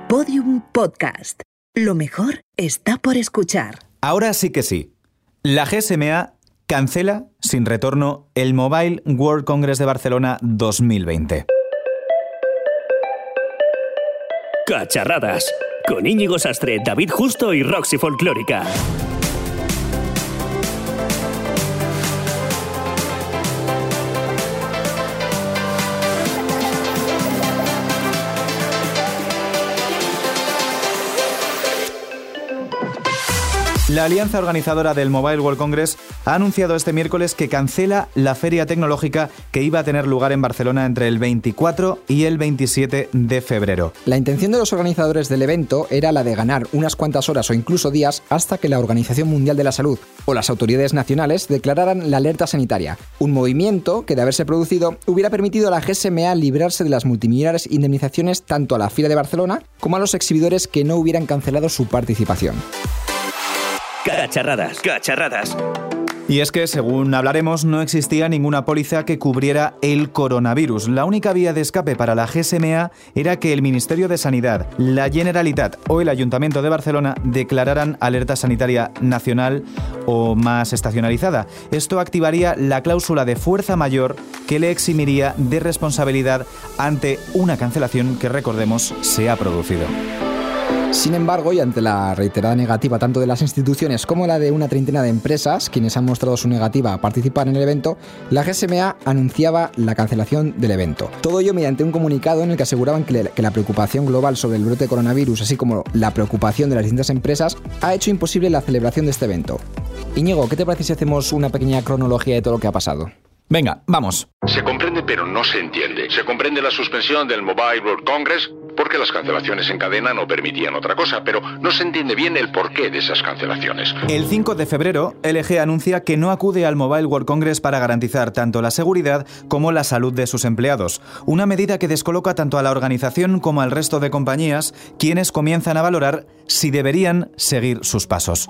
Podium Podcast. Lo mejor está por escuchar. Ahora sí que sí. La GSMA cancela sin retorno el Mobile World Congress de Barcelona 2020. Cacharradas. Con Íñigo Sastre, David Justo y Roxy Folclórica. La alianza organizadora del Mobile World Congress ha anunciado este miércoles que cancela la feria tecnológica que iba a tener lugar en Barcelona entre el 24 y el 27 de febrero. La intención de los organizadores del evento era la de ganar unas cuantas horas o incluso días hasta que la Organización Mundial de la Salud o las autoridades nacionales declararan la alerta sanitaria. Un movimiento que, de haberse producido, hubiera permitido a la GSMA librarse de las multimillonarias indemnizaciones tanto a la FIRA de Barcelona como a los exhibidores que no hubieran cancelado su participación. Cacharradas, cacharradas. Y es que, según hablaremos, no existía ninguna póliza que cubriera el coronavirus. La única vía de escape para la GSMA era que el Ministerio de Sanidad, la Generalitat o el Ayuntamiento de Barcelona declararan alerta sanitaria nacional o más estacionalizada. Esto activaría la cláusula de fuerza mayor que le eximiría de responsabilidad ante una cancelación que, recordemos, se ha producido. Sin embargo, y ante la reiterada negativa tanto de las instituciones como la de una treintena de empresas, quienes han mostrado su negativa a participar en el evento, la GSMA anunciaba la cancelación del evento. Todo ello mediante un comunicado en el que aseguraban que la preocupación global sobre el brote de coronavirus, así como la preocupación de las distintas empresas, ha hecho imposible la celebración de este evento. Íñigo, ¿qué te parece si hacemos una pequeña cronología de todo lo que ha pasado? Venga, vamos. Se comprende, pero no se entiende. Se comprende la suspensión del Mobile World Congress porque las cancelaciones en cadena no permitían otra cosa, pero no se entiende bien el porqué de esas cancelaciones. El 5 de febrero, LG anuncia que no acude al Mobile World Congress para garantizar tanto la seguridad como la salud de sus empleados. Una medida que descoloca tanto a la organización como al resto de compañías, quienes comienzan a valorar si deberían seguir sus pasos.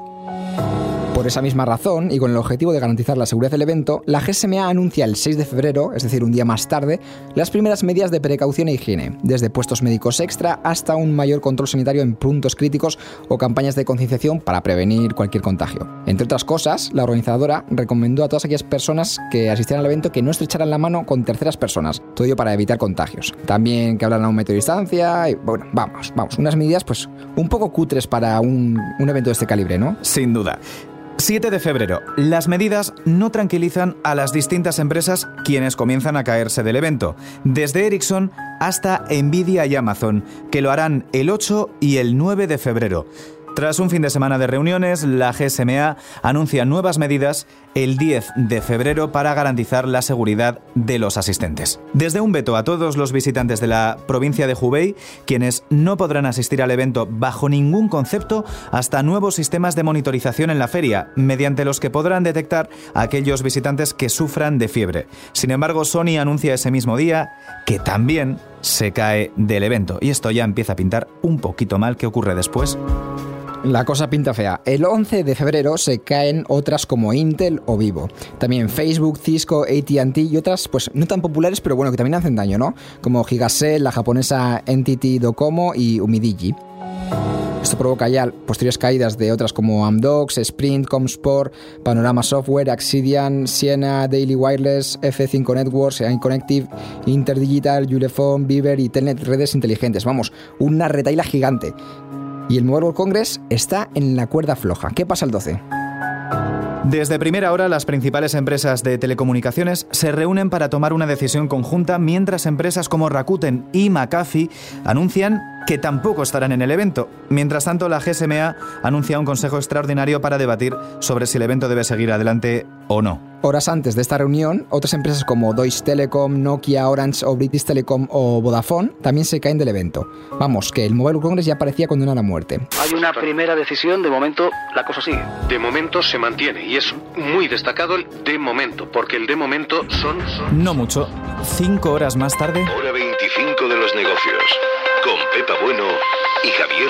Por esa misma razón, y con el objetivo de garantizar la seguridad del evento, la GSMA anuncia el 6 de febrero, es decir, un día más tarde, las primeras medidas de precaución e higiene, desde puestos médicos extra hasta un mayor control sanitario en puntos críticos o campañas de concienciación para prevenir cualquier contagio. Entre otras cosas, la organizadora recomendó a todas aquellas personas que asistieran al evento que no estrecharan la mano con terceras personas, todo ello para evitar contagios. También que hablaran a un metro de distancia y, bueno, vamos, unas medidas pues un poco cutres para un evento de este calibre, ¿no? Sin duda. 7 de febrero. Las medidas no tranquilizan a las distintas empresas quienes comienzan a caerse del evento, desde Ericsson hasta Nvidia y Amazon, que lo harán el 8 y el 9 de febrero. Tras un fin de semana de reuniones, la GSMA anuncia nuevas medidas el 10 de febrero para garantizar la seguridad de los asistentes. Desde un veto a todos los visitantes de la provincia de Hubei, quienes no podrán asistir al evento bajo ningún concepto, hasta nuevos sistemas de monitorización en la feria, mediante los que podrán detectar a aquellos visitantes que sufran de fiebre. Sin embargo, Sony anuncia ese mismo día que también se cae del evento. Y esto ya empieza a pintar un poquito mal. ¿Qué ocurre después? La cosa pinta fea. El 11 de febrero se caen otras como Intel o Vivo. También Facebook, Cisco, AT&T y otras pues no tan populares, pero bueno, que también hacen daño, ¿no? Como Gigaset, la japonesa NTT Docomo y Umidigi. Esto provoca ya posteriores caídas de otras como Amdocs, Sprint, Comsport, Panorama Software, Axidian, Siena, Daily Wireless, F5 Networks, iConnective, Interdigital, Ulefone, Viver y Telnet Redes Inteligentes. Vamos, una retahíla gigante. Y el Mobile World Congress está en la cuerda floja. ¿Qué pasa el 12? Desde primera hora, las principales empresas de telecomunicaciones se reúnen para tomar una decisión conjunta, mientras empresas como Rakuten y McAfee anuncian que tampoco estarán en el evento. Mientras tanto, la GSMA anuncia un consejo extraordinario para debatir sobre si el evento debe seguir adelante o no. Horas antes de esta reunión, otras empresas como Deutsche Telekom, Nokia, Orange o British Telecom o Vodafone también se caen del evento. Vamos, que el Mobile World Congress ya parecía condenado a muerte. Hay una primera decisión, de momento la cosa sigue. De momento se mantiene y es muy destacado el de momento, porque el de momento son... No mucho. 5 horas más tarde... Hora 25 de los negocios, con Pepa Bueno y Javier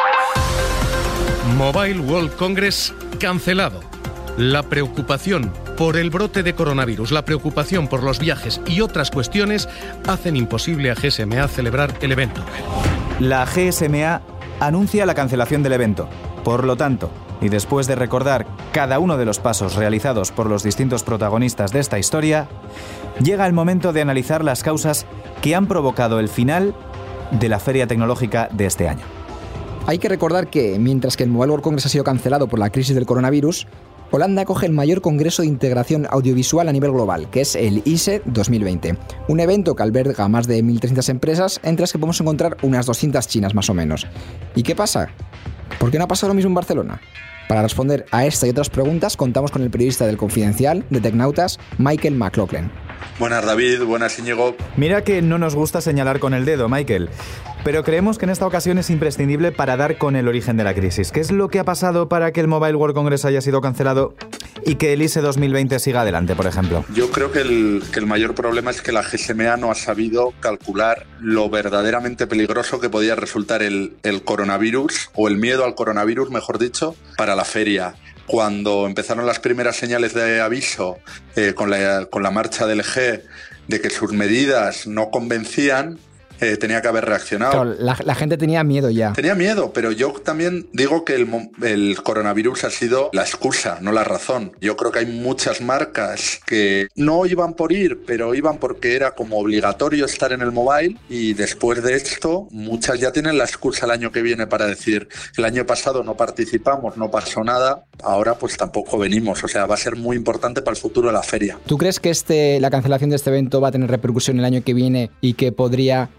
Ruiz. Mobile World Congress cancelado. La preocupación por el brote de coronavirus, la preocupación por los viajes y otras cuestiones hacen imposible a GSMA celebrar el evento. La GSMA anuncia la cancelación del evento. Por lo tanto, y después de recordar cada uno de los pasos realizados por los distintos protagonistas de esta historia, llega el momento de analizar las causas que han provocado el final de la feria tecnológica de este año. Hay que recordar que, mientras que el Mobile World Congress ha sido cancelado por la crisis del coronavirus, Holanda acoge el mayor congreso de integración audiovisual a nivel global, que es el ISE 2020. Un evento que alberga más de 1.300 empresas, entre las que podemos encontrar unas 200 chinas más o menos. ¿Y qué pasa? ¿Por qué no ha pasado lo mismo en Barcelona? Para responder a esta y otras preguntas, contamos con el periodista del Confidencial, de Tecnautas, Michael McLaughlin. Buenas, David. Buenas, Íñigo. Mira que no nos gusta señalar con el dedo, Michael, pero creemos que en esta ocasión es imprescindible para dar con el origen de la crisis. ¿Qué es lo que ha pasado para que el Mobile World Congress haya sido cancelado y que el ISE 2020 siga adelante, por ejemplo? Yo creo que el mayor problema es que la GSMA no ha sabido calcular lo verdaderamente peligroso que podía resultar el coronavirus, o el miedo al coronavirus, mejor dicho, para la feria. Cuando empezaron las primeras señales de aviso con la marcha del LG de que sus medidas no convencían, tenía que haber reaccionado. Claro, la gente tenía miedo ya. Tenía miedo, pero yo también digo que el coronavirus ha sido la excusa, no la razón. Yo creo que hay muchas marcas que no iban por ir, pero iban porque era como obligatorio estar en el mobile, y después de esto muchas ya tienen la excusa el año que viene para decir: el año pasado no participamos, no pasó nada, ahora pues tampoco venimos. O sea, va a ser muy importante para el futuro de la feria. ¿Tú crees que la cancelación de este evento va a tener repercusión el año que viene y que podría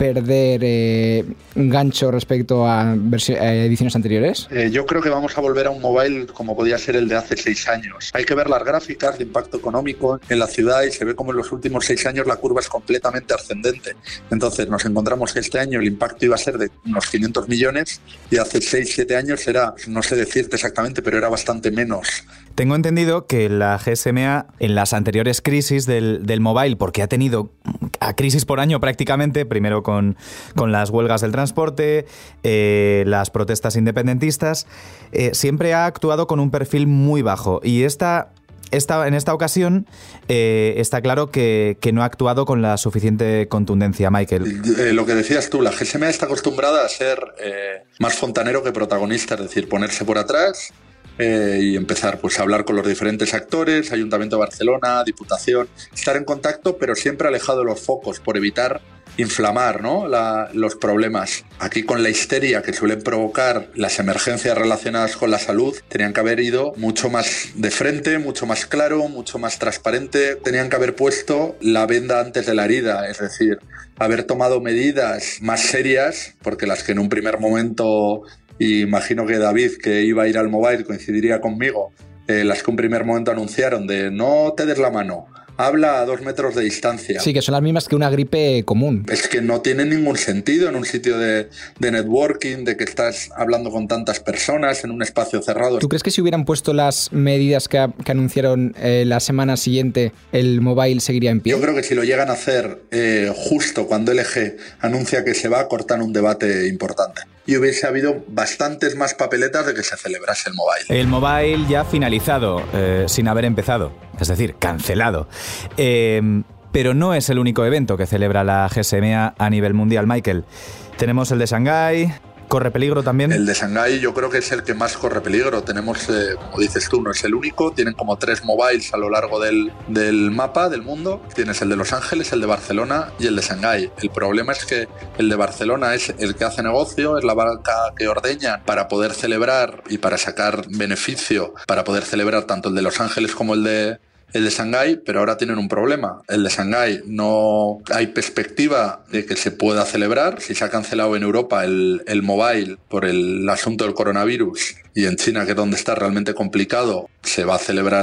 perder un gancho respecto a ediciones anteriores? Yo creo que vamos a volver a un mobile como podía ser el de hace 6 años. Hay que ver las gráficas de impacto económico en la ciudad y se ve como en los últimos 6 años la curva es completamente ascendente. Entonces nos encontramos que este año el impacto iba a ser de unos 500 millones y hace 6-7 años era, no sé decirte exactamente, pero era bastante menos. Tengo entendido que la GSMA en las anteriores crisis del mobile, porque ha tenido a crisis por año prácticamente, primero con las huelgas del transporte, las protestas independentistas, siempre ha actuado con un perfil muy bajo, y en esta ocasión está claro que no ha actuado con la suficiente contundencia, Michael. Lo que decías tú, la GSMA está acostumbrada a ser más fontanero que protagonista, es decir, ponerse por atrás y empezar pues a hablar con los diferentes actores, Ayuntamiento de Barcelona, Diputación, estar en contacto, pero siempre alejado de los focos por evitar inflamar, ¿no?, los problemas. Aquí, con la histeria que suelen provocar las emergencias relacionadas con la salud, tenían que haber ido mucho más de frente, mucho más claro, mucho más transparente. Tenían que haber puesto la venda antes de la herida, es decir, haber tomado medidas más serias, porque las que en un primer momento, y imagino que David, que iba a ir al mobile, coincidiría conmigo, las que un primer momento anunciaron de no te des la mano, habla a 2 metros de distancia. Sí, que son las mismas que una gripe común. Es que no tiene ningún sentido en un sitio de networking, de que estás hablando con tantas personas en un espacio cerrado. ¿Tú crees que si hubieran puesto las medidas que anunciaron la semana siguiente, el mobile seguiría en pie? Yo creo que si lo llegan a hacer justo cuando LG anuncia que se va a cortar un debate importante, y hubiese habido bastantes más papeletas de que se celebrase el mobile. El mobile ya finalizado, sin haber empezado, es decir, cancelado. Pero no es el único evento que celebra la GSMA a nivel mundial, Michael. Tenemos el de Shanghái. ¿Corre peligro también? El de Shanghái yo creo que es el que más corre peligro. Tenemos, como dices tú, no es el único. Tienen como 3 mobiles a lo largo del mapa del mundo. Tienes el de Los Ángeles, el de Barcelona y el de Shanghái. El problema es que el de Barcelona es el que hace negocio, es la banca que ordeña para poder celebrar y para sacar beneficio, para poder celebrar tanto el de Los Ángeles como el de Shanghái, pero ahora tienen un problema. El de Shanghái no hay perspectiva de que se pueda celebrar. Si se ha cancelado en Europa el mobile por el asunto del coronavirus, y en China, que es donde está realmente complicado, se va a celebrar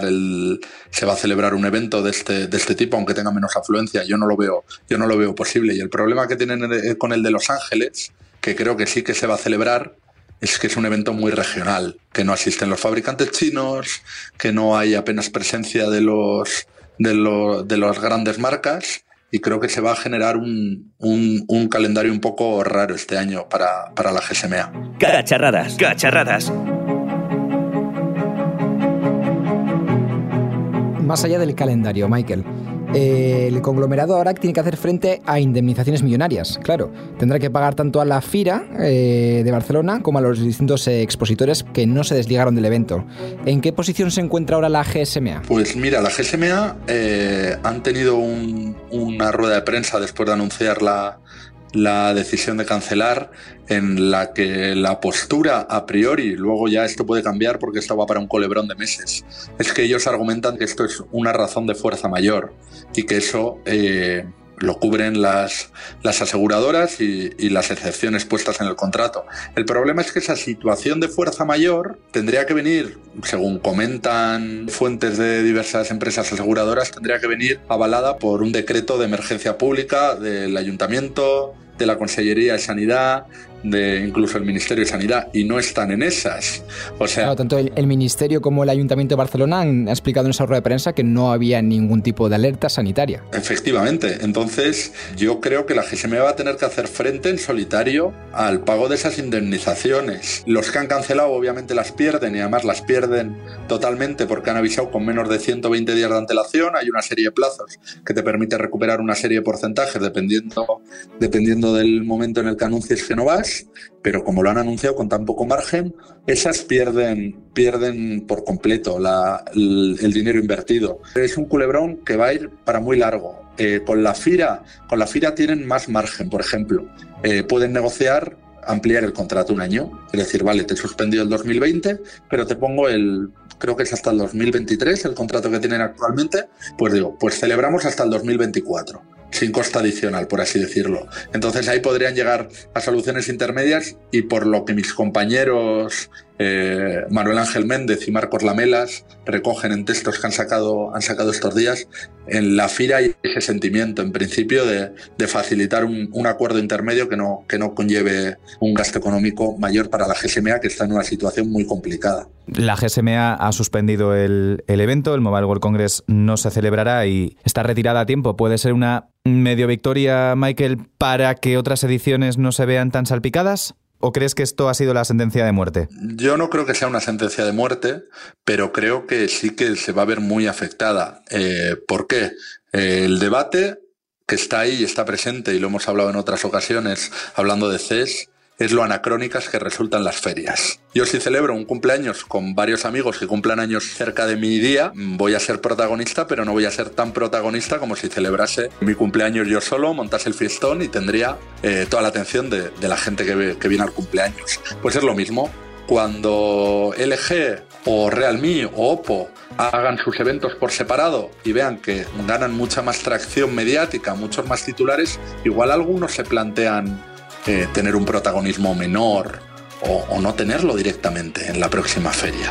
un evento de este tipo, aunque tenga menos afluencia. Yo no lo veo posible. Y el problema que tienen con el de Los Ángeles, que creo que sí que se va a celebrar, es que es un evento muy regional, que no asisten los fabricantes chinos, que no hay apenas presencia de las grandes marcas, y creo que se va a generar un calendario un poco raro este año para la GSMA. Cacharradas. Más allá del calendario, Michael, el conglomerado ahora tiene que hacer frente a indemnizaciones millonarias. Claro, tendrá que pagar tanto a la Fira de Barcelona como a los distintos expositores que no se desligaron del evento. ¿En qué posición se encuentra ahora la GSMA? Pues mira, la GSMA han tenido una rueda de prensa después de anunciar la decisión de cancelar, en la que la postura a priori, luego ya esto puede cambiar porque esto va para un culebrón de meses, es que ellos argumentan que esto es una razón de fuerza mayor y que eso lo cubren las aseguradoras y las excepciones puestas en el contrato. El problema es que esa situación de fuerza mayor tendría que venir, según comentan fuentes de diversas empresas aseguradoras, tendría que venir avalada por un decreto de emergencia pública del Ayuntamiento, de la Consellería de Sanidad, de incluso el Ministerio de Sanidad, y no están en esas. O sea, claro, tanto el Ministerio como el Ayuntamiento de Barcelona han explicado en esa rueda de prensa que no había ningún tipo de alerta sanitaria. Efectivamente. Entonces, yo creo que la GSMA va a tener que hacer frente en solitario al pago de esas indemnizaciones. Los que han cancelado obviamente las pierden, y además las pierden totalmente porque han avisado con menos de 120 días de antelación. Hay una serie de plazos que te permite recuperar una serie de porcentajes dependiendo del momento en el que anuncies que no vas. Pero como lo han anunciado con tan poco margen, esas pierden por completo el dinero invertido. Es un culebrón que va a ir para muy largo. Con la FIRA tienen más margen, por ejemplo. Pueden negociar ampliar el contrato un año. Es decir, vale, te he suspendido el 2020, pero te pongo creo que es hasta el 2023 el contrato que tienen actualmente. Pues digo, pues celebramos hasta el 2024. Sin coste adicional, por así decirlo. Entonces ahí podrían llegar a soluciones intermedias, y por lo que mis compañeros Manuel Ángel Méndez y Marcos Lamelas recogen en textos que han sacado estos días, en la FIRA hay ese sentimiento, en principio, de facilitar un acuerdo intermedio que no conlleve un gasto económico mayor para la GSMA, que está en una situación muy complicada. La GSMA ha suspendido el evento, el Mobile World Congress no se celebrará y está retirada a tiempo. ¿Puede ser una medio victoria, Michael, para que otras ediciones no se vean tan salpicadas? ¿O crees que esto ha sido la sentencia de muerte? Yo no creo que sea una sentencia de muerte, pero creo que sí que se va a ver muy afectada. ¿Por qué? El debate que está ahí y está presente, y lo hemos hablado en otras ocasiones hablando de CES, es lo anacrónicas que resultan las ferias. Yo, si celebro un cumpleaños con varios amigos que cumplan años cerca de mi día, voy a ser protagonista, pero no voy a ser tan protagonista como si celebrase mi cumpleaños yo solo, montase el fiestón y tendría toda la atención de la gente que viene al cumpleaños. Pues es lo mismo. Cuando LG o Realme o Oppo hagan sus eventos por separado y vean que ganan mucha más tracción mediática, muchos más titulares, igual algunos se plantean tener un protagonismo menor o no tenerlo directamente en la próxima feria.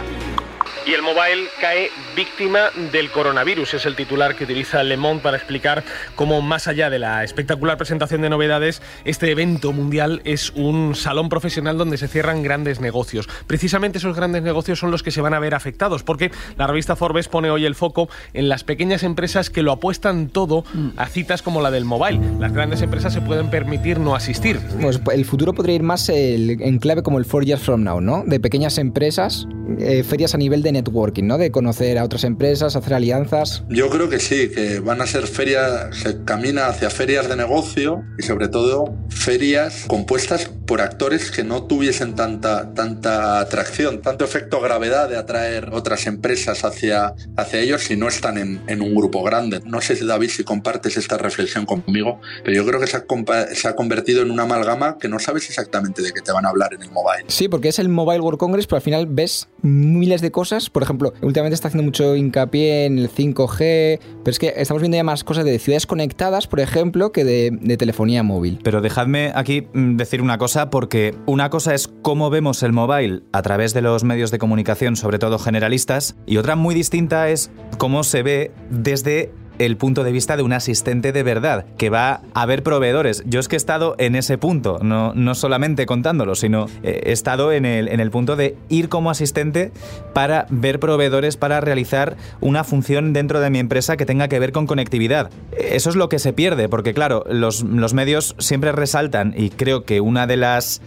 Y el mobile cae víctima del coronavirus. Es el titular que utiliza Le Monde para explicar cómo, más allá de la espectacular presentación de novedades, este evento mundial es un salón profesional donde se cierran grandes negocios. Precisamente esos grandes negocios son los que se van a ver afectados, porque la revista Forbes pone hoy el foco en las pequeñas empresas que lo apuestan todo a citas como la del mobile. Las grandes empresas se pueden permitir no asistir. Pues el futuro podría ir más en clave como el 4 Years From Now, ¿no? De pequeñas empresas, ferias a nivel de networking, ¿no? De conocer a otras empresas, hacer alianzas. Yo creo que sí, que van a ser ferias, se camina hacia ferias de negocio y sobre todo ferias compuestas por actores que no tuviesen tanta atracción, tanto efecto gravedad de atraer otras empresas hacia ellos si no están en un grupo grande. No sé, David, si compartes esta reflexión conmigo, pero yo creo que se ha convertido en una amalgama que no sabes exactamente de qué te van a hablar en el mobile. Sí, porque es el Mobile World Congress, pero al final ves miles de cosas. Por ejemplo, últimamente está haciendo mucho hincapié en el 5G, pero es que estamos viendo ya más cosas de ciudades conectadas, por ejemplo, que de telefonía móvil. Pero dejadme aquí decir una cosa, porque una cosa es cómo vemos el mobile a través de los medios de comunicación, sobre todo generalistas, y otra muy distinta es cómo se ve desde el punto de vista de un asistente de verdad, que va a ver proveedores. Yo es que he estado en ese punto, no solamente contándolo, sino he estado en el punto de ir como asistente para ver proveedores, para realizar una función dentro de mi empresa que tenga que ver con conectividad. Eso es lo que se pierde, porque claro, los medios siempre resaltan, y creo que una de las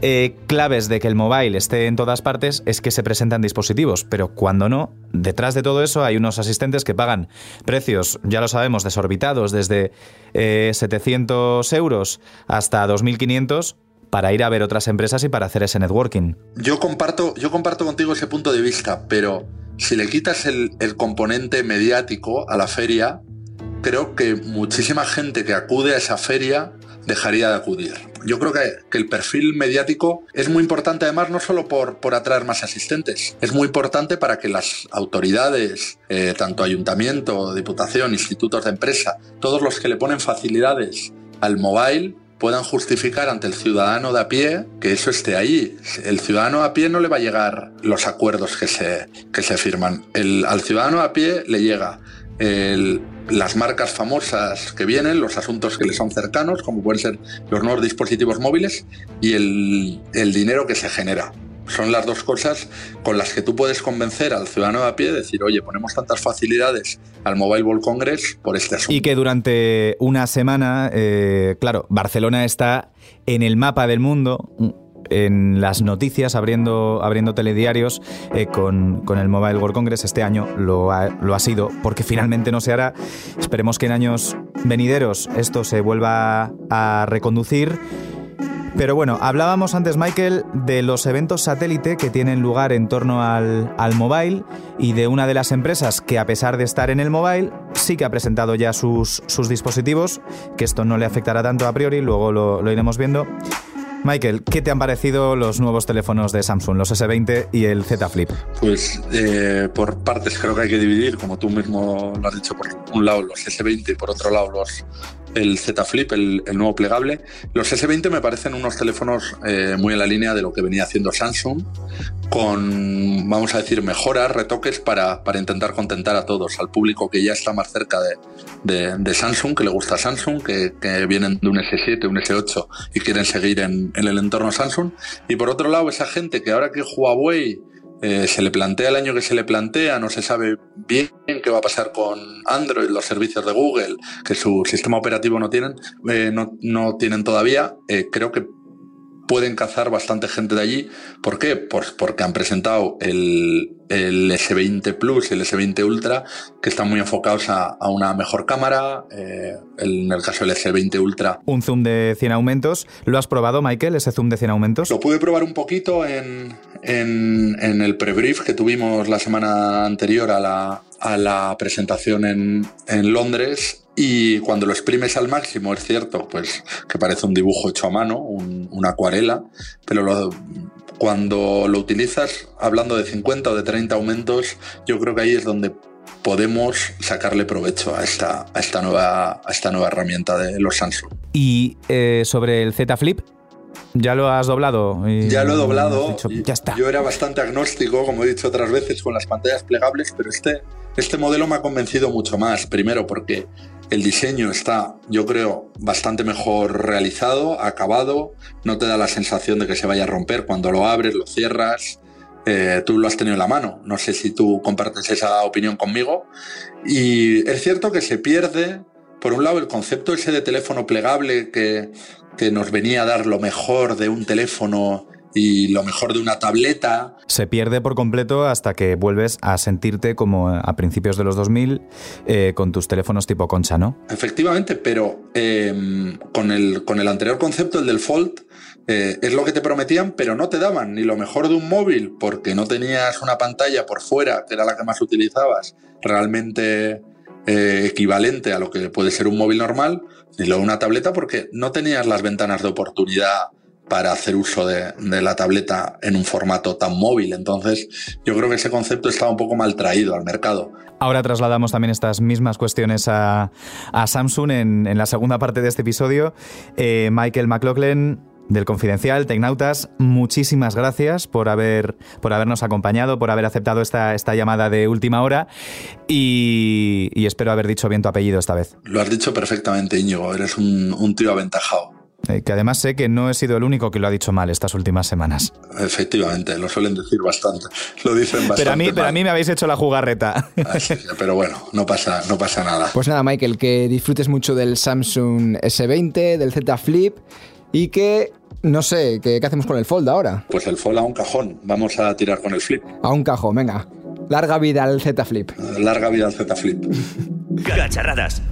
claves de que el mobile esté en todas partes es que se presentan dispositivos, pero cuando no, detrás de todo eso hay unos asistentes que pagan precios ya lo sabemos, desorbitados, desde 700 euros hasta 2.500, para ir a ver otras empresas y para hacer ese networking. Yo comparto contigo ese punto de vista, pero si le quitas el componente mediático a la feria, creo que muchísima gente que acude a esa feria dejaría de acudir. Yo creo que el perfil mediático es muy importante, además, no solo por atraer más asistentes, es muy importante para que las autoridades, tanto ayuntamiento, diputación, institutos de empresa, todos los que le ponen facilidades al mobile, puedan justificar ante el ciudadano de a pie que eso esté ahí. El ciudadano a pie no le va a llegar los acuerdos que se firman. Al ciudadano a pie le llega las marcas famosas que vienen, los asuntos que le son cercanos, como pueden ser los nuevos dispositivos móviles, y el dinero que se genera. Son las dos cosas con las que tú puedes convencer al ciudadano de a pie de decir, oye, ponemos tantas facilidades al Mobile World Congress por este asunto. Y que durante una semana, claro, Barcelona está en el mapa del mundo, en las noticias, abriendo telediarios con el Mobile World Congress. Este año lo ha sido, porque finalmente no se hará. Esperemos que en años venideros esto se vuelva a reconducir. Pero bueno, hablábamos antes, Michael, de los eventos satélite que tienen lugar en torno al mobile, y de una de las empresas que, a pesar de estar en el mobile, sí que ha presentado ya sus dispositivos, que esto no le afectará tanto a priori, luego lo iremos viendo. Michael, ¿qué te han parecido los nuevos teléfonos de Samsung, los S20 y el Z Flip? Pues por partes creo que hay que dividir, como tú mismo lo has dicho, por un lado los S20 y por otro lado el Z Flip, el nuevo plegable. Los S20 me parecen unos teléfonos muy en la línea de lo que venía haciendo Samsung, con, vamos a decir, mejoras, retoques para intentar contentar a todos, al público que ya está más cerca de Samsung, que le gusta Samsung, que vienen de un S7, un S8 y quieren seguir en el entorno Samsung. Y por otro lado, esa gente que ahora que Huawei se le plantea el año que se le plantea, no se sabe bien qué va a pasar con Android, los servicios de Google, que su sistema operativo no tienen todavía, creo que pueden cazar bastante gente de allí. ¿Por qué? Pues porque han presentado el S20 Plus y el S20 Ultra, que están muy enfocados a una mejor cámara. En el caso del S20 Ultra, un zoom de 100 aumentos. ¿Lo has probado, Michael, ese zoom de 100 aumentos? Lo pude probar un poquito en el prebrief que tuvimos la semana anterior a la presentación en Londres. Y cuando lo exprimes al máximo, es cierto, pues que parece un dibujo hecho a mano, una acuarela, pero cuando lo utilizas hablando de 50 o de 30 aumentos, yo creo que ahí es donde podemos sacarle provecho a esta nueva herramienta de los Samsung. Y sobre el Z Flip, ¿ya lo has doblado? Ya lo he doblado. Dicho, ya está. Yo era bastante agnóstico, como he dicho otras veces, con las pantallas plegables, pero este modelo me ha convencido mucho más. Primero porque el diseño está, yo creo, bastante mejor realizado, acabado. No te da la sensación de que se vaya a romper cuando lo abres, lo cierras. Tú lo has tenido en la mano. No sé si tú compartes esa opinión conmigo. Y es cierto que se pierde, por un lado, el concepto ese de teléfono plegable que nos venía a dar lo mejor de un teléfono y lo mejor de una tableta. Se pierde por completo hasta que vuelves a sentirte como a principios de los 2000 con tus teléfonos tipo concha, ¿no? Efectivamente, pero con el anterior concepto, el del Fold, es lo que te prometían, pero no te daban ni lo mejor de un móvil, porque no tenías una pantalla por fuera, que era la que más utilizabas, realmente equivalente a lo que puede ser un móvil normal, ni lo de una tableta, porque no tenías las ventanas de oportunidad para hacer uso de la tableta en un formato tan móvil. Entonces, yo creo que ese concepto estaba un poco mal traído al mercado. Ahora trasladamos también estas mismas cuestiones a Samsung en la segunda parte de este episodio. Michael McLaughlin, del Confidencial, Tecnautas, muchísimas gracias por habernos acompañado, por haber aceptado esta llamada de última hora, y espero haber dicho bien tu apellido esta vez. Lo has dicho perfectamente, Íñigo. Eres un tío aventajado. Que además sé que no he sido el único que lo ha dicho mal estas últimas semanas. Efectivamente, lo suelen decir bastante. Lo dicen bastante. Pero a mí me habéis hecho la jugarreta. Así que, pero bueno, no pasa nada. Pues nada, Michael, que disfrutes mucho del Samsung S20, del Z Flip, y que, no sé, ¿qué hacemos con el Fold ahora? Pues el Fold a un cajón. Vamos a tirar con el Flip. A un cajón, venga. Larga vida al Z Flip. Larga vida al Z Flip. Cacharradas.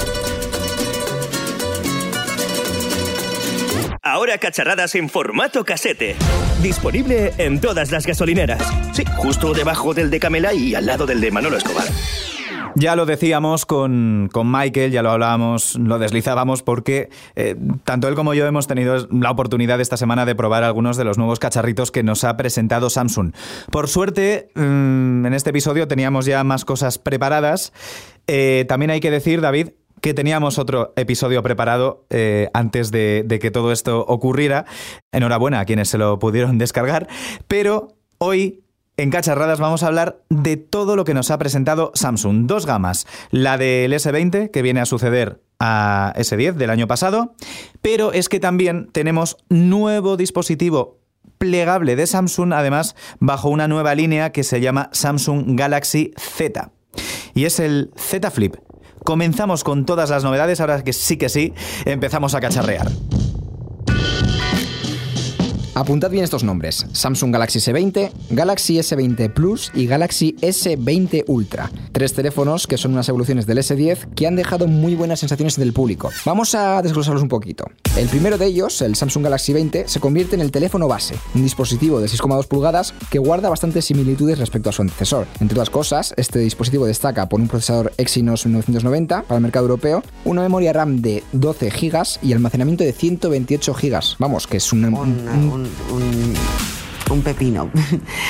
Ahora cacharradas en formato casete. Disponible en todas las gasolineras. Sí, justo debajo del de Camela y al lado del de Manolo Escobar. Ya lo decíamos con Michael, ya lo hablábamos, lo deslizábamos porque tanto él como yo hemos tenido la oportunidad esta semana de probar algunos de los nuevos cacharritos que nos ha presentado Samsung. Por suerte, en este episodio teníamos ya más cosas preparadas. También hay que decir, David, que teníamos otro episodio preparado antes de que todo esto ocurriera. Enhorabuena a quienes se lo pudieron descargar, pero hoy en Cacharradas vamos a hablar de todo lo que nos ha presentado Samsung. Dos gamas, la del S20, que viene a suceder a S10 del año pasado, pero es que también tenemos nuevo dispositivo plegable de Samsung, además bajo una nueva línea que se llama Samsung Galaxy Z. Y es el Z Flip. Comenzamos con todas las novedades, ahora que sí, empezamos a cacharrear. Apuntad bien estos nombres: Samsung Galaxy S20, Galaxy S20 Plus y Galaxy S20 Ultra. Tres teléfonos que son unas evoluciones del S10 que han dejado muy buenas sensaciones del público. Vamos a desglosarlos un poquito. El primero de ellos, el Samsung Galaxy 20, se convierte en el teléfono base, un dispositivo de 6,2 pulgadas que guarda bastantes similitudes respecto a su antecesor. Entre otras cosas, este dispositivo destaca por un procesador Exynos 990 para el mercado europeo, una memoria RAM de 12 GB y almacenamiento de 128 GB. Vamos, que es un pepino.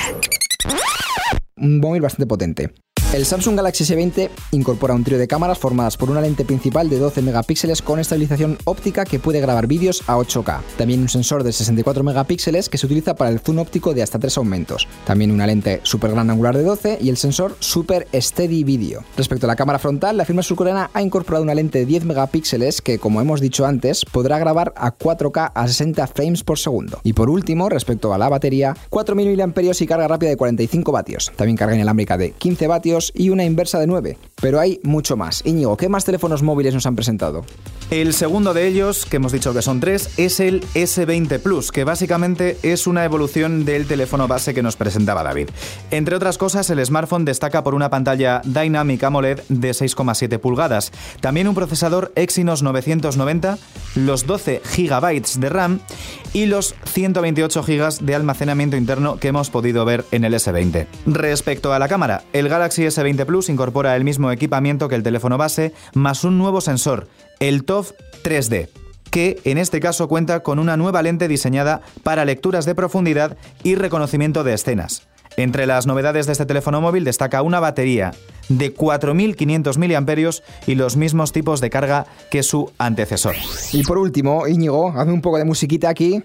Un móvil bastante potente. El Samsung Galaxy S20 incorpora un trío de cámaras formadas por una lente principal de 12 megapíxeles con estabilización óptica que puede grabar vídeos a 8K. También un sensor de 64 megapíxeles que se utiliza para el zoom óptico de hasta 3 aumentos. También una lente super gran angular de 12 y el sensor Super Steady Video. Respecto a la cámara frontal, la firma surcoreana ha incorporado una lente de 10 megapíxeles que, como hemos dicho antes, podrá grabar a 4K a 60 frames por segundo. Y por último, respecto a la batería, 4.000 mAh y carga rápida de 45 vatios. También carga inalámbrica de 15 vatios y una inversa de 9. Pero hay mucho más. Íñigo, ¿qué más teléfonos móviles nos han presentado? El segundo de ellos, que hemos dicho que son tres, es el S20 Plus, que básicamente es una evolución del teléfono base que nos presentaba David. Entre otras cosas, el smartphone destaca por una pantalla Dynamic AMOLED de 6,7 pulgadas, también un procesador Exynos 990, los 12 GB de RAM y los 128 GB de almacenamiento interno que hemos podido ver en el S20. Respecto a la cámara, el Galaxy S20 Plus incorpora el mismo equipamiento que el teléfono base, más un nuevo sensor, el TOF 3D, que en este caso cuenta con una nueva lente diseñada para lecturas de profundidad y reconocimiento de escenas. Entre las novedades de este teléfono móvil destaca una batería de 4.500 mAh y los mismos tipos de carga que su antecesor. Y por último, Íñigo, hazme un poco de musiquita aquí.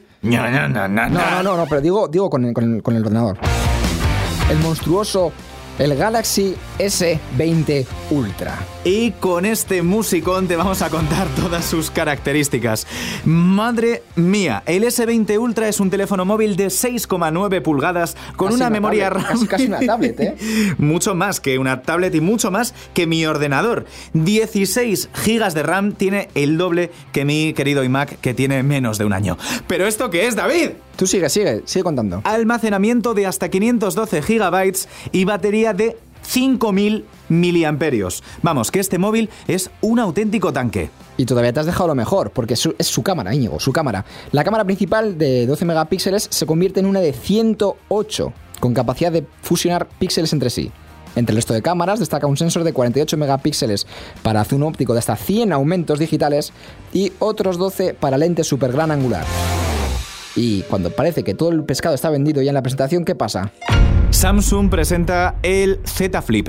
No, pero digo con el ordenador. El monstruoso, el Galaxy S20 Ultra. Y con este musicón te vamos a contar todas sus características. Madre mía, el S20 Ultra es un teléfono móvil de 6,9 pulgadas con una memoria RAM. Casi una tablet, ¿eh? Mucho más que una tablet y mucho más que mi ordenador. 16 GB de RAM, tiene el doble que mi querido iMac, que tiene menos de un año. ¿Pero esto qué es, David? Tú sigue contando. Almacenamiento de hasta 512 GB y batería de 5.000 miliamperios. Vamos, que este móvil es un auténtico tanque. Y todavía te has dejado lo mejor, porque es su cámara, Íñigo, su cámara. La cámara principal de 12 megapíxeles se convierte en una de 108, con capacidad de fusionar píxeles entre sí. Entre el resto de cámaras destaca un sensor de 48 megapíxeles para zoom óptico de hasta 100 aumentos digitales y otros 12 para lente super gran angular. Y cuando parece que todo el pescado está vendido ya en la presentación, ¿qué pasa? Samsung presenta el Z Flip.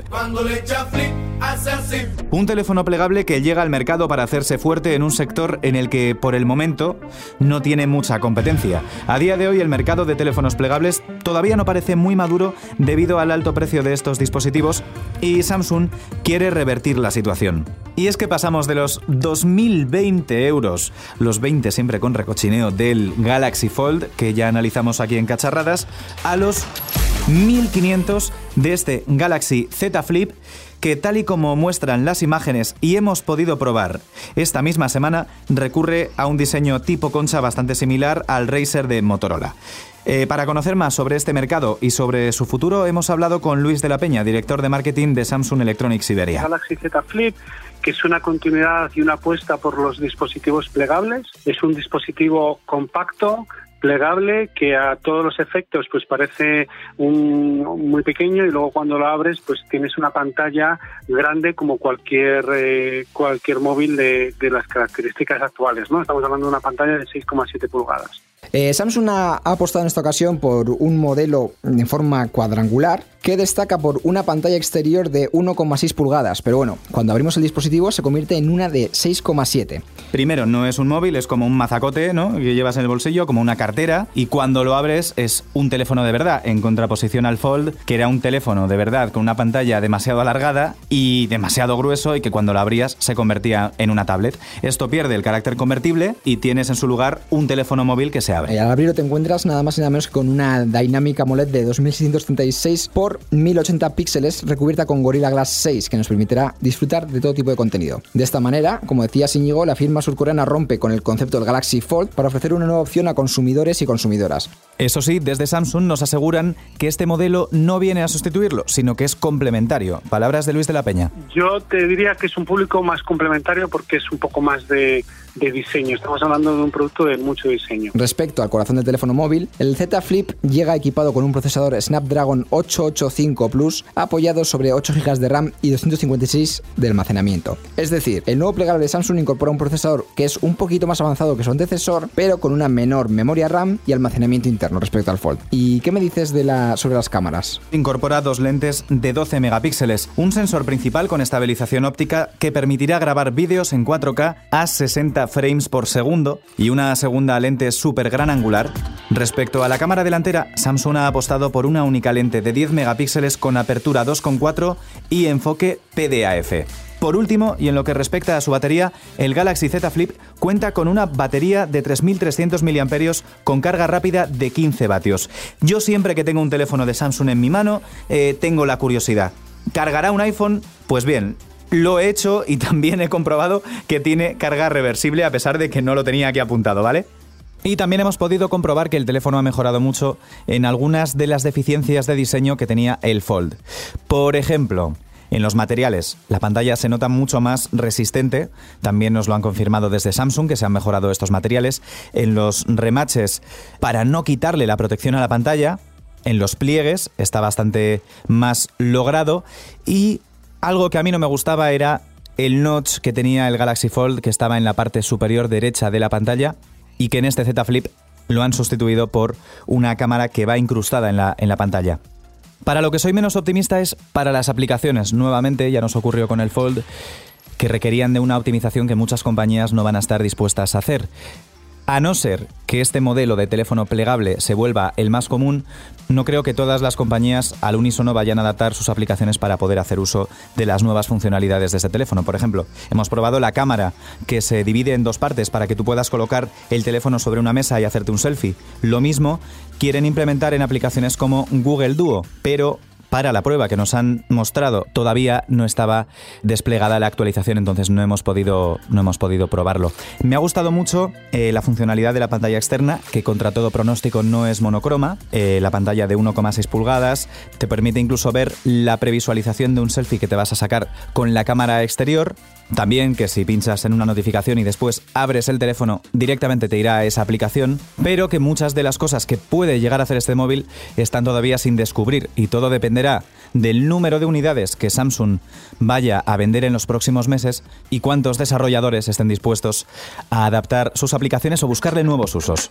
Un teléfono plegable que llega al mercado para hacerse fuerte en un sector en el que, por el momento, no tiene mucha competencia. A día de hoy, el mercado de teléfonos plegables todavía no parece muy maduro debido al alto precio de estos dispositivos y Samsung quiere revertir la situación. Y es que pasamos de los 2.020 euros, los 20 siempre con recochineo del Galaxy Fold, que ya analizamos aquí en Cacharradas, a los 1.500 de este Galaxy Z Flip, que, tal y como muestran las imágenes y hemos podido probar esta misma semana, recurre a un diseño tipo concha bastante similar al Razer de Motorola. Para conocer más sobre este mercado y sobre su futuro, hemos hablado con Luis de la Peña, director de marketing de Samsung Electronics Iberia. Galaxy Z Flip, que es una continuidad y una apuesta por los dispositivos plegables. Es un dispositivo compacto, plegable, que a todos los efectos pues parece muy pequeño, y luego cuando lo abres pues tienes una pantalla grande como cualquier móvil de las características actuales, ¿no? Estamos hablando de una pantalla de 6,7 pulgadas. Samsung ha apostado en esta ocasión por un modelo en forma cuadrangular que destaca por una pantalla exterior de 1,6 pulgadas, pero bueno, cuando abrimos el dispositivo se convierte en una de 6,7. Primero, no es un móvil, es como un mazacote, ¿no?, que llevas en el bolsillo, como una cartera, y cuando lo abres es un teléfono de verdad, en contraposición al Fold, que era un teléfono de verdad con una pantalla demasiado alargada y demasiado grueso, y que cuando lo abrías se convertía en una tablet. Esto pierde el carácter convertible y tienes en su lugar un teléfono móvil que se abre. Al abrirlo te encuentras nada más y nada menos que con una Dynamic AMOLED de 2636 por 1080 píxeles recubierta con Gorilla Glass 6, que nos permitirá disfrutar de todo tipo de contenido. De esta manera, como decía Íñigo, la firma surcoreana rompe con el concepto del Galaxy Fold para ofrecer una nueva opción a consumidores y consumidoras. Eso sí, desde Samsung nos aseguran que este modelo no viene a sustituirlo, sino que es complementario. Palabras de Luis de la Peña. Yo te diría que es un público más complementario porque es un poco más de diseño. Estamos hablando de un producto de mucho diseño. Respecto al corazón del teléfono móvil, el Z Flip llega equipado con un procesador Snapdragon 885 Plus apoyado sobre 8 GB de RAM y 256 de almacenamiento. Es decir, el nuevo plegable de Samsung incorpora un procesador que es un poquito más avanzado que su antecesor, pero con una menor memoria RAM y almacenamiento interno respecto al Fold. ¿Y qué me dices sobre las cámaras? Incorpora dos lentes de 12 megapíxeles, un sensor principal con estabilización óptica que permitirá grabar vídeos en 4K a 60 frames por segundo y una segunda lente súper gran angular. Respecto a la cámara delantera, Samsung ha apostado por una única lente de 10 megapíxeles con apertura 2,4 y enfoque PDAF. Por último, y en lo que respecta a su batería, el Galaxy Z Flip cuenta con una batería de 3.300 mAh con carga rápida de 15 vatios. Yo siempre que tengo un teléfono de Samsung en mi mano, tengo la curiosidad. ¿Cargará un iPhone? Pues bien, lo he hecho y también he comprobado que tiene carga reversible, a pesar de que no lo tenía aquí apuntado, ¿vale? Y también hemos podido comprobar que el teléfono ha mejorado mucho en algunas de las deficiencias de diseño que tenía el Fold. Por ejemplo, en los materiales, la pantalla se nota mucho más resistente, también nos lo han confirmado desde Samsung, que se han mejorado estos materiales. En los remaches, para no quitarle la protección a la pantalla, en los pliegues está bastante más logrado, y algo que a mí no me gustaba era el notch que tenía el Galaxy Fold, que estaba en la parte superior derecha de la pantalla, y que en este Z Flip lo han sustituido por una cámara que va incrustada en la pantalla. Para lo que soy menos optimista es para las aplicaciones. Nuevamente, ya nos ocurrió con el Fold, que requerían de una optimización que muchas compañías no van a estar dispuestas a hacer. A no ser que este modelo de teléfono plegable se vuelva el más común, no creo que todas las compañías al unísono vayan a adaptar sus aplicaciones para poder hacer uso de las nuevas funcionalidades de este teléfono. Por ejemplo, hemos probado la cámara, que se divide en dos partes para que tú puedas colocar el teléfono sobre una mesa y hacerte un selfie. Lo mismo quieren implementar en aplicaciones como Google Duo, pero para la prueba que nos han mostrado todavía no estaba desplegada la actualización, entonces no hemos podido probarlo. Me ha gustado mucho la funcionalidad de la pantalla externa, que contra todo pronóstico no es monocroma. La pantalla de 1,6 pulgadas te permite incluso ver la previsualización de un selfie que te vas a sacar con la cámara exterior. También que si pinchas en una notificación y después abres el teléfono, directamente te irá a esa aplicación, pero que muchas de las cosas que puede llegar a hacer este móvil están todavía sin descubrir, y todo dependerá del número de unidades que Samsung vaya a vender en los próximos meses y cuántos desarrolladores estén dispuestos a adaptar sus aplicaciones o buscarle nuevos usos.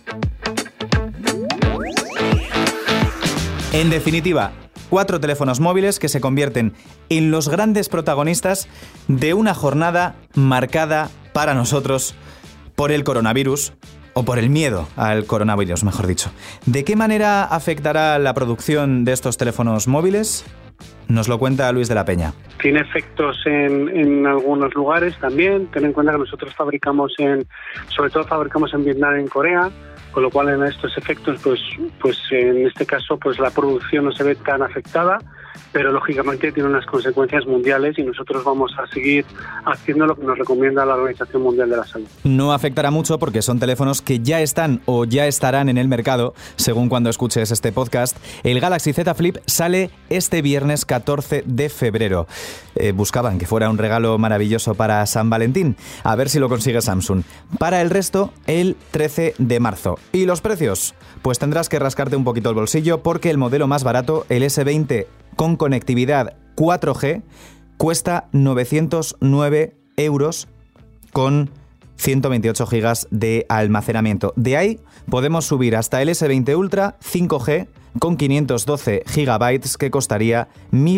En definitiva, 4 teléfonos móviles que se convierten en los grandes protagonistas de una jornada marcada para nosotros por el coronavirus, o por el miedo al coronavirus, mejor dicho. ¿De qué manera afectará la producción de estos teléfonos móviles? Nos lo cuenta Luis de la Peña. Tiene efectos en algunos lugares también. Ten en cuenta que nosotros sobre todo fabricamos en Vietnam y en Corea, con lo cual en estos efectos, pues en este caso, pues la producción no se ve tan afectada. pero lógicamente tiene unas consecuencias mundiales y nosotros vamos a seguir haciendo lo que nos recomienda la Organización Mundial de la Salud. No afectará mucho porque son teléfonos que ya están o ya estarán en el mercado, según cuando escuches este podcast. El Galaxy Z Flip sale este viernes 14 de febrero. Buscaban que fuera un regalo maravilloso para San Valentín. A ver si lo consigue Samsung. Para el resto, el 13 de marzo. ¿Y los precios? Pues tendrás que rascarte un poquito el bolsillo porque el modelo más barato, el S20 con conectividad 4G, cuesta 909 euros con 128 gigas de almacenamiento. De ahí podemos subir hasta el S20 Ultra 5G con 512 gigabytes que costaría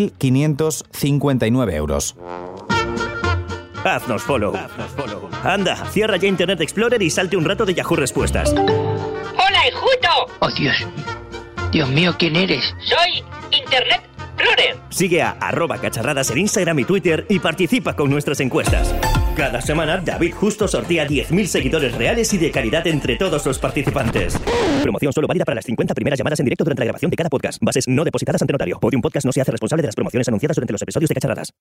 1.559 euros. Haznos follow. Anda, cierra ya Internet Explorer y salte un rato de Yahoo Respuestas. ¡Hola, Enjuto! Oh, Dios mío, ¿quién eres? Soy Internet Explorer. Sigue a @cacharradas en Instagram y Twitter y participa con nuestras encuestas. Cada semana, David Justo sortea 10.000 seguidores reales y de calidad entre todos los participantes. Promoción solo válida para las 50 primeras llamadas en directo durante la grabación de cada podcast. Bases no depositadas ante notario. Podium Podcast no se hace responsable de las promociones anunciadas durante los episodios de Cacharradas.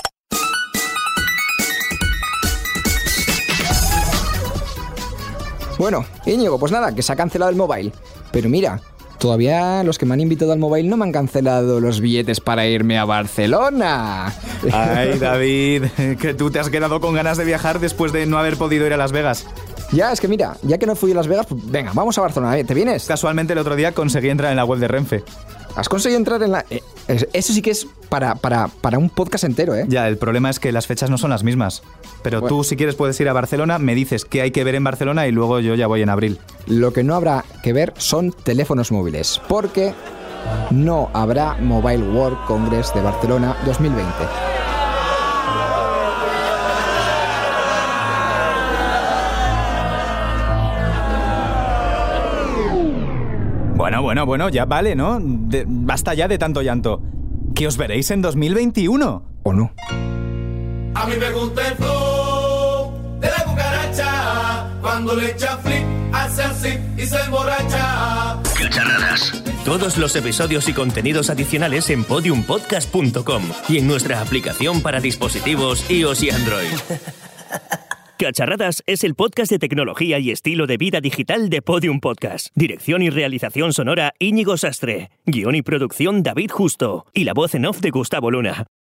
Bueno, Íñigo, pues nada, que se ha cancelado el mobile. Pero mira, todavía los que me han invitado al mobile no me han cancelado los billetes para irme a Barcelona. Ay, David, que tú te has quedado con ganas de viajar después de no haber podido ir a Las Vegas. Ya, es que mira, ya que no fui a Las Vegas, pues venga, vamos a Barcelona, ¿te vienes? Casualmente el otro día conseguí entrar en la web de Renfe. ¿Has conseguido entrar en la...? Eso sí que es para un podcast entero, ¿eh? Ya, el problema es que las fechas no son las mismas. Pero bueno, tú, si quieres, puedes ir a Barcelona, me dices qué hay que ver en Barcelona y luego yo ya voy en abril. Lo que no habrá que ver son teléfonos móviles, porque no habrá Mobile World Congress de Barcelona 2020. Bueno, ya vale, ¿no? Basta ya de tanto llanto. ¿Que os veréis en 2021? ¿O no? A mí me gusta el flow de la cucaracha. Cuando le echa flip, hace así y se emborracha. Cacharradas. Todos los episodios y contenidos adicionales en podiumpodcast.com y en nuestra aplicación para dispositivos iOS y Android. Cacharradas es el podcast de tecnología y estilo de vida digital de Podium Podcast. Dirección y realización sonora Íñigo Sastre. Guión y producción David Justo. Y la voz en off de Gustavo Luna.